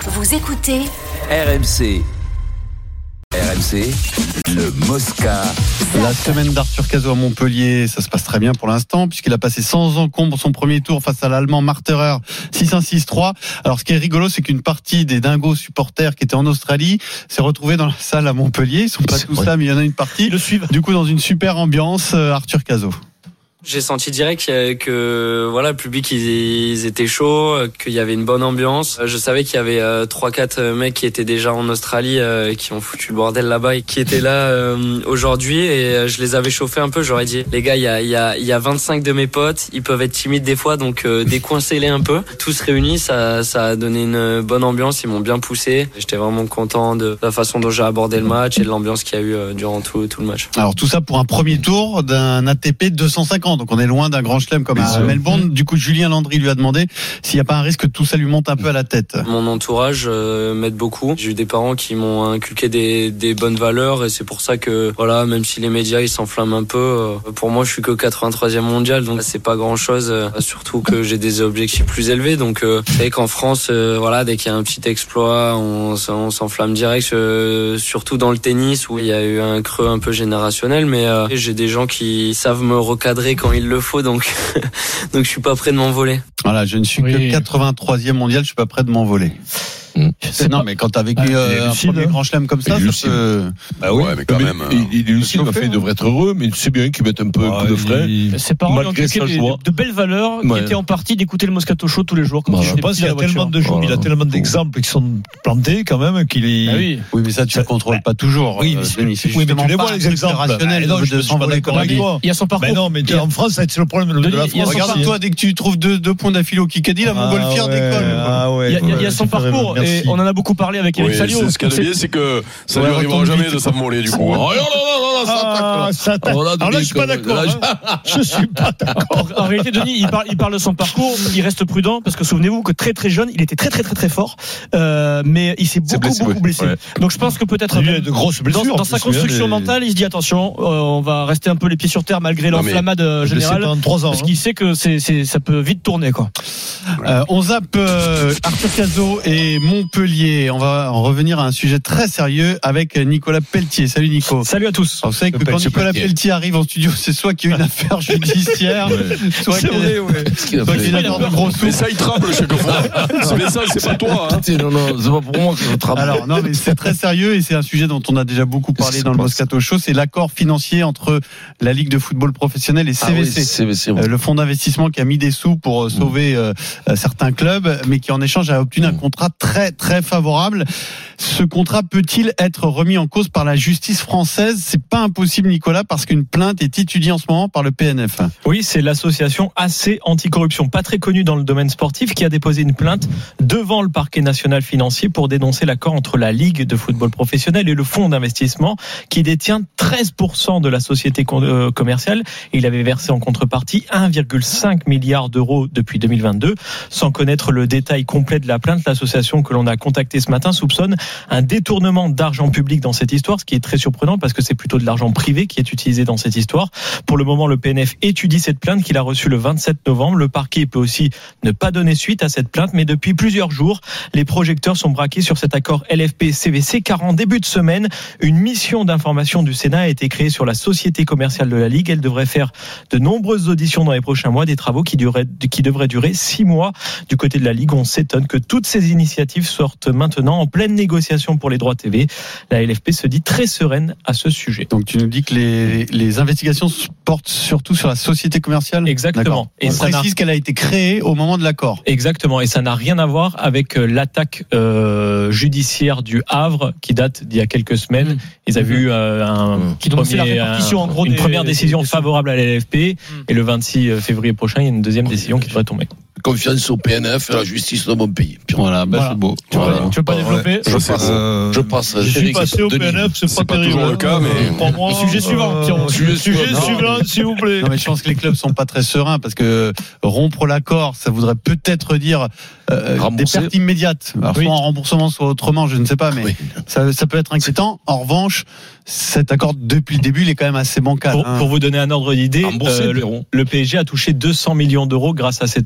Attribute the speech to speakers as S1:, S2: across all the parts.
S1: Vous écoutez
S2: RMC. RMC, le Mosca.
S3: La semaine d'Arthur Cazot à Montpellier, ça se passe très bien pour l'instant, puisqu'il a passé sans encombre son premier tour face à l'Allemand Marterer 6-1-6-3. Alors ce qui est rigolo, c'est qu'une partie des dingos supporters qui étaient en Australie s'est retrouvée dans la salle à Montpellier. Ils sont pas tous là, mais il y en a une partie.
S4: Ils le suivent.
S3: Du coup, dans une super ambiance, Arthur Cazot.
S5: J'ai senti direct que voilà, le public ils étaient chauds, qu'il y avait une bonne ambiance. Je savais qu'il y avait 3-4 mecs qui étaient déjà en Australie, qui ont foutu le bordel là-bas et qui étaient là aujourd'hui, et je les avais chauffés un peu. J'aurais dit, les gars, il y a 25 de mes potes, ils peuvent être timides des fois, donc décoincez-les un peu. Tous réunis, ça a donné une bonne ambiance. Ils m'ont bien poussé. J'étais vraiment content de la façon dont j'ai abordé le match et de l'ambiance qu'il y a eu durant tout le match.
S3: Alors tout ça pour un premier tour d'un ATP 250. Donc on est loin d'un grand chelem comme à Melbourne. Du coup, Julien Landry lui a demandé s'il n'y a pas un risque que tout ça lui monte un peu à la tête.
S5: Mon entourage m'aide beaucoup. J'ai eu des parents qui m'ont inculqué des bonnes valeurs, et c'est pour ça que voilà, même si les médias ils s'enflamment un peu, pour moi je suis que 83e mondial, donc c'est pas grand chose. Surtout que j'ai des objectifs plus élevés. Donc vous savez qu'en France, voilà, dès qu'il y a un petit exploit, on s'enflamme direct. Surtout dans le tennis où il y a eu un creux un peu générationnel, mais j'ai des gens qui savent me recadrer quand il le faut, donc je suis pas prêt de m'envoler.
S3: Voilà, je ne suis que 83e mondial, je suis pas prêt de m'envoler. Non, mais quand t'as vécu un premier grand chelem comme ça peut...
S6: Bah oui, mais quand même. Il est lucide, il devrait être heureux, mais c'est bien qu'il mette un peu un coup de frein.
S4: Ses parents lui ont inculqué de belles valeurs qui étaient en partie d'écouter le Moscato Show tous les jours.
S7: Je pense qu'il y a tellement de jours, il a tellement d'exemples qui sont plantés quand même qu'il est.
S3: Oui, mais ça tu ne contrôles pas toujours.
S7: Oui, mais tu les vois les exemples rationnels. Non, je suis pas d'accord avec toi.
S4: Il y a son parcours.
S7: Mais non, mais en France, c'est le problème de la France.
S3: Regarde-toi, dès que tu trouves deux points d'affilée au Kikadi, la montgolfière décolle.
S4: Il y a son parcours, et on en a beaucoup parlé avec Eric Salio.
S6: Ce qu'il y a de bien, c'est que ça lui arrivera jamais de s'ammoler du coup.
S7: Oh non, ça attaque. Alors là, je suis pas d'accord. Je suis pas d'accord.
S4: En réalité, Denis, il parle de son parcours, il reste prudent, parce que souvenez-vous que très très jeune, il était très fort, mais il s'est beaucoup blessé. Donc je pense que peut-être
S7: il y a de grosses blessures
S4: dans sa construction mentale, il se dit attention, on va rester un peu les pieds sur terre malgré l'enflammade générale, parce qu'il sait que ça peut vite tourner, quoi.
S3: On zappe Arthur Cazot et Montpellier. On va en revenir à un sujet très sérieux avec Nicolas Pelletier. Salut Nico.
S4: Salut à tous.
S3: Alors, vous savez que quand Nicolas Pelletier arrive en studio, c'est soit qu'il y a une affaire judiciaire, soit qu'il y a une affaire de gros sous.
S6: Mais ça, il tremble chaque fois. Mais ça, c'est pas toi.
S7: Non, c'est pas pour moi que je tremble.
S3: Alors, non, mais c'est très sérieux, et c'est un sujet dont on a déjà beaucoup parlé dans le Moscato Show. C'est l'accord financier entre la Ligue de football professionnel et CVC. Le fonds d'investissement qui a mis des sous pour sauver certains clubs, mais qui en échange a obtenu un contrat très très favorable. Ce contrat peut-il être remis en cause par la justice française? C'est pas impossible, Nicolas, parce qu'une plainte est étudiée en ce moment par le PNF.
S4: Oui, c'est l'association AC Anticorruption, pas très connue dans le domaine sportif, qui a déposé une plainte devant le parquet national financier pour dénoncer l'accord entre la Ligue de football professionnel et le fonds d'investissement qui détient 13% de la société commerciale. Il avait versé en contrepartie 1,5 milliard d'euros depuis 2022. Sans connaître le détail complet de la plainte, l'association que l'on a contactée ce matin soupçonne un détournement d'argent public dans cette histoire, ce qui est très surprenant parce que c'est plutôt de l'argent privé qui est utilisé dans cette histoire. Pour le moment, le PNF étudie cette plainte qu'il a reçue le 27 novembre. Le parquet peut aussi ne pas donner suite à cette plainte, mais depuis plusieurs jours, les projecteurs sont braqués sur cet accord LFP-CVC, car en début de semaine, une mission d'information du Sénat a été créée sur la société commerciale de la Ligue. Elle devrait faire de nombreuses auditions dans les prochains mois, des travaux qui devraient durer 6 mois. Du côté de la Ligue, on s'étonne que toutes ces initiatives sortent maintenant en pleine négociation pour les droits TV. La LFP se dit très sereine à ce sujet.
S3: Donc tu nous dis que les investigations portent surtout sur la société commerciale?
S4: Exactement.
S3: Et on précise qu'elle a été créée au moment de l'accord.
S4: Exactement. Et ça n'a rien à voir avec l'attaque judiciaire du Havre qui date d'il y a quelques semaines. Ils avaient eu une première décision favorable à la LFP, et le 26 février prochain, il y a une deuxième décision qui devrait tomber.
S6: Confiance au PNF et à la justice de mon pays.
S3: Voilà, c'est beau.
S4: Tu veux pas développer?
S6: Je passe.
S7: Je suis passé au PNF, c'est pas
S6: toujours le cas, mais
S7: sujet suivant. Sujet suivant, s'il vous plaît.
S3: Non, mais je pense que les clubs sont pas très sereins, parce que rompre l'accord, ça voudrait peut-être dire des pertes immédiates. Alors, soit en remboursement, soit autrement, je ne sais pas, mais ça peut être inquiétant. En revanche, cet accord, depuis le début, il est quand même assez bancal.
S4: Pour vous donner un ordre d'idée, le PSG a touché 200 millions d'euros grâce à cet accord.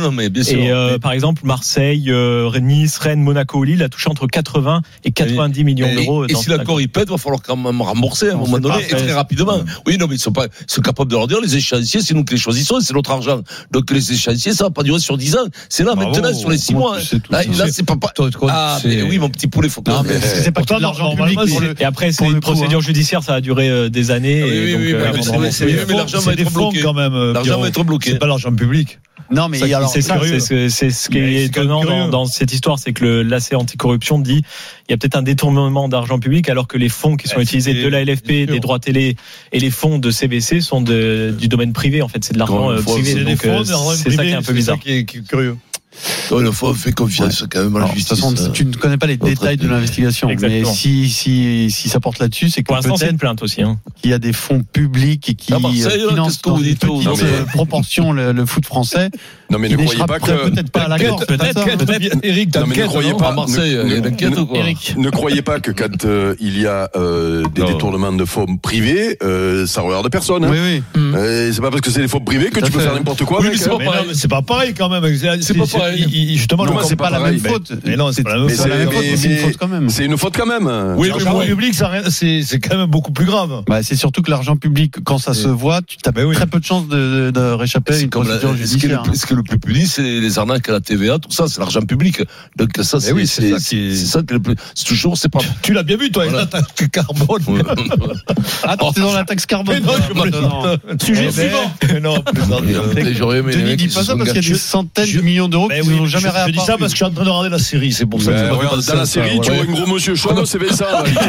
S6: non, mais bien sûr.
S4: Et par exemple, Marseille, Nice, Rennes, Monaco, Lille a touché entre 80 et 90 millions d'euros.
S6: Et si l'accord il pète, il va falloir quand même rembourser à un moment donné, et très rapidement. Oui, non, mais ils sont capables de leur dire, les échéanciers, c'est nous qui les choisissons, c'est notre argent. Donc les échéanciers, ça va pas durer sur 10 ans. C'est là, maintenant, sur les 6 mois. Là, c'est pas. Ah, mais oui, mon petit poulet, faut que.
S3: C'est pas tout l'argent public.
S4: Et après, c'est une procédure judiciaire, ça va durer des années.
S6: Oui, mais l'argent va être bloqué quand même. L'argent va être bloqué.
S7: C'est pas l'argent public.
S4: Non, mais c'est ce qui est étonnant dans cette histoire, c'est que l'AC anticorruption dit il y a peut-être un détournement d'argent public alors que les fonds qui sont utilisés de la LFP, des droits télé et les fonds de CVC sont du domaine privé. En fait, c'est de l'argent privé. Donc c'est ça qui est un peu bizarre.
S7: C'est ça qui est curieux.
S6: Une fois, on fait confiance quand même à la justice.
S3: De toute façon, tu ne connais pas les détails de l'investigation.
S4: Exactement.
S3: Mais si ça porte là-dessus, c'est que
S4: pour l'instant, c'est une plainte aussi.
S3: Qu'il y a des fonds publics et qui financent dans une petite proportion le foot français.
S1: Non, mais ne croyez pas que
S3: peut-être pas à l'accord.
S7: Peut-être. Eric,
S1: non, mais ne croyez pas.
S6: Marseille,
S1: ne croyez pas que quand il y a des détournements de fonds privés, ça regarde personne.
S3: Oui.
S1: C'est pas parce que c'est des fonds privés que tu peux faire n'importe quoi.
S7: Oui, mais c'est pas pareil quand même.
S6: C'est pas pareil.
S3: Justement, c'est pas la même faute.
S7: Mais non, c'est pas la même faute.
S3: C'est une faute quand même.
S1: C'est une faute quand même.
S7: Oui, l'argent public, c'est quand même beaucoup plus grave.
S3: C'est surtout que l'argent public, quand ça se voit, tu as très peu de chances de réchapper à une procédure judiciaire.
S6: Ce qui est le plus puni, c'est les arnaques à la TVA, tout ça, c'est l'argent public. Donc ça, c'est ça que le plus. C'est toujours, c'est pas.
S7: Tu l'as bien vu, toi, la taxe carbone.
S3: Attends, t'es dans la taxe carbone.
S7: Sujet suivant. Non,
S6: j'aurais aimé.
S3: Denis, dis pas ça parce qu'il y a des centaines de millions d'euros qui n'ont jamais réapparu.
S7: Je dis ça parce que je suis en train de regarder la série, c'est pour ça que
S1: dans la série, tu vois un gros monsieur chaud, c'est Vincent.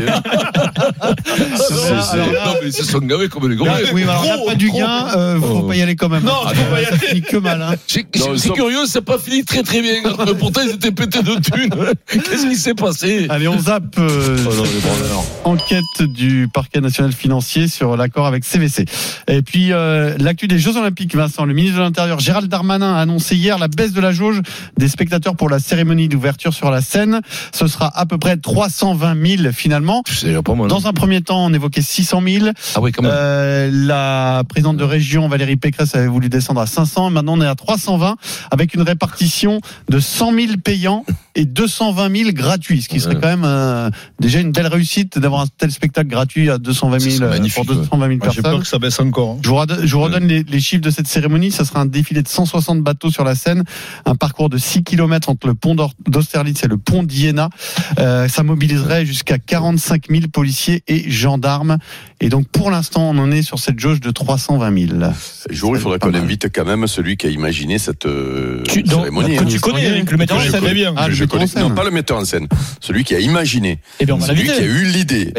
S6: Non, mais ils se sont gavés comme les gros.
S3: Oui, alors là, pas du gain, faut pas y aller quand même.
S7: Non, faut pas y aller.
S3: Que mal, hein.
S6: C'est curieux, c'est pas fini très très bien. Pourtant, ils étaient pétés de thunes. Qu'est-ce qui s'est passé?
S3: Allez, on zappe. Enquête du parquet national financier sur l'accord avec CVC. Et puis, l'actu des Jeux Olympiques, Vincent. Le ministre de l'Intérieur, Gérald Darmanin, a annoncé hier la baisse de la jauge des spectateurs pour la cérémonie d'ouverture sur la scène. Ce sera à peu près 320 000 finalement.
S6: C'est pas mal.
S3: Dans un premier temps, on évoquait 600 000.
S6: Ah oui, quand même.
S3: La présidente de région, Valérie Pécresse, avait voulu descendre à 500. Maintenant, on est à 320 avec une répartition de 100 000 payants et 220 000 gratuits, ce qui serait quand même déjà une belle réussite d'avoir un tel spectacle gratuit à 220 000 pour 220 000 personnes.
S7: J'ai peur que ça baisse encore.
S3: Je vous redonne les chiffres de cette cérémonie. Ça sera un défilé de 160 bateaux sur la Seine, un parcours de 6 km entre le pont d'Austerlitz et le pont d'Iéna. Ça mobiliserait jusqu'à 45 000 policiers et gendarmes. Et donc, pour l'instant, on en est sur cette jauge de 320 000.
S1: Un jour, il faudrait qu'on invite quand même celui qui a imaginé cette cérémonie.
S4: Que tu connais, Eric, le metteur en scène. Très bien.
S1: Je connais. Non, pas le metteur en scène. Celui qui a imaginé. Celui qui a eu l'idée.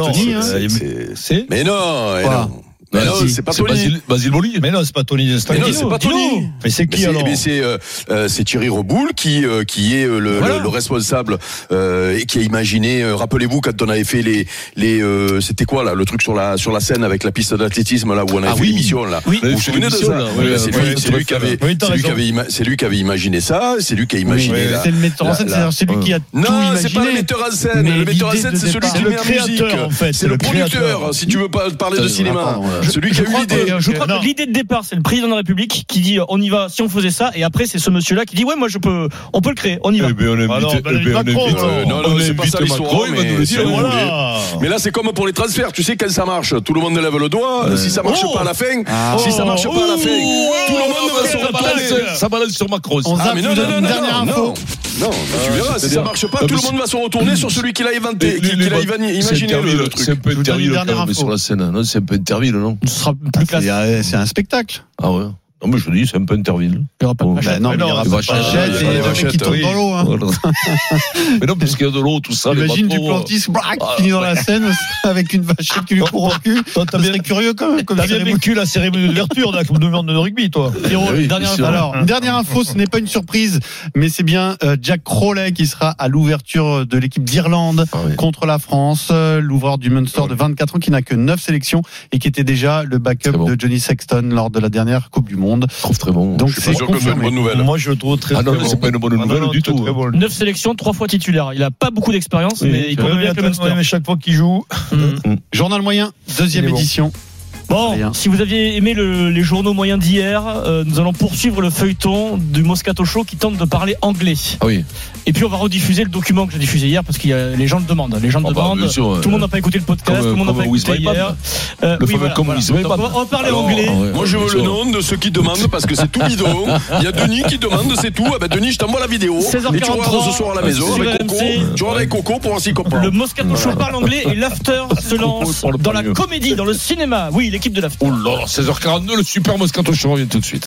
S1: Mais non. Mais non, c'est pas Tony.
S6: Basile Boli.
S7: Mais non, c'est pas Tony Destin.
S1: Mais non, c'est pas Tony.
S7: Mais c'est qui alors?
S1: C'est Thierry Reboul qui est le responsable et qui a imaginé. Rappelez-vous quand on avait fait les c'était quoi là, le truc sur la scène avec la piste d'athlétisme là où on avait fait l'émission là.
S6: Oui.
S1: Vous vous souvenez de ça? C'est lui qui avait imaginé ça. C'est lui qui a imaginé.
S3: C'est le metteur en scène. C'est lui qui a tout imaginé.
S1: Non, c'est pas le metteur en scène. Le metteur en scène, c'est celui qui met la musique. C'est le producteur. Si tu veux pas parler de cinéma. Celui qui a eu l'idée.
S8: Je crois que l'idée de départ, c'est le président de la République qui dit on y va si on faisait ça, et après c'est ce monsieur-là qui dit ouais moi on peut le créer, on y va.
S1: Non, c'est pas ça l'histoire. Mais là c'est comme pour les transferts, tu sais quand ça marche, tout le monde lève le doit. Si ça marche pas à la fin, tout le monde ne sera pas là.
S6: Ça balance sur Macron.
S1: Mais non, dernière info. Non, tu verras, si ça marche pas, tout le monde va se retourner sur celui qui l'a inventé, qui l'a imaginé le truc.
S6: C'est un peu Interville sur la scène. Non, c'est un peu Interville, non?
S3: Ce sera plus classe. C'est un spectacle.
S6: Ah ouais. Non, mais je dis, c'est un peu Interville.
S3: Il n'y aura pas de vachette. Non, mais il y aura pas de vachette et des vachettes qui tombent dans l'eau.
S6: Mais non, parce qu'il y a de l'eau, tout ça.
S3: Imagine Duplantis finit dans la scène avec une vachette qui lui court au cul. Ça serait curieux quand même.
S7: T'as bien vécu la cérémonie d'ouverture de la Coupe du Monde de rugby, toi.
S3: Alors, dernière info, ce n'est pas une surprise, mais c'est bien Jack Crowley qui sera à l'ouverture de l'équipe d'Irlande contre la France. L'ouvreur du Munster de 24 ans qui n'a que 9 sélections et qui était déjà le backup de Johnny Sexton lors de la dernière Coupe du Monde.
S6: Je trouve très bon.
S3: Donc
S1: c'est sûr que c'est une bonne nouvelle.
S7: Moi je le trouve très bon.
S6: C'est pas une bonne nouvelle du tout.
S8: 9 sélections, 3 fois titulaire. Il a pas beaucoup d'expérience, mais il peut bien avec le Munster.
S7: Mais chaque fois qu'il joue.
S3: Journal moyen, deuxième édition.
S8: Bon, si vous aviez aimé les journaux moyens d'hier, nous allons poursuivre le feuilleton du Moscato Show qui tente de parler anglais.
S6: Ah oui.
S8: Et puis on va rediffuser le document que j'ai diffusé hier parce que les gens le demandent. Les gens le demandent. Sûr, tout le monde n'a pas écouté le podcast, tout le monde n'a pas écouté hier. On va parler anglais.
S1: Moi je veux le nom de ceux qui demandent parce que c'est tout bidon. Il y a Denis qui demande, c'est tout. Ah ben Denis, je t'envoie la vidéo.
S8: 16h43.
S1: Et tu regardes ce soir à la maison avec Coco. Tu regardes avec Coco pour voir s'il comprend.
S8: Le Moscato Show parle anglais et l'after se lance dans la comédie, dans le cinéma. Oui, l'équipe de l'after.
S6: Oh là là, 16h42, le super Moscato Show revient tout de suite.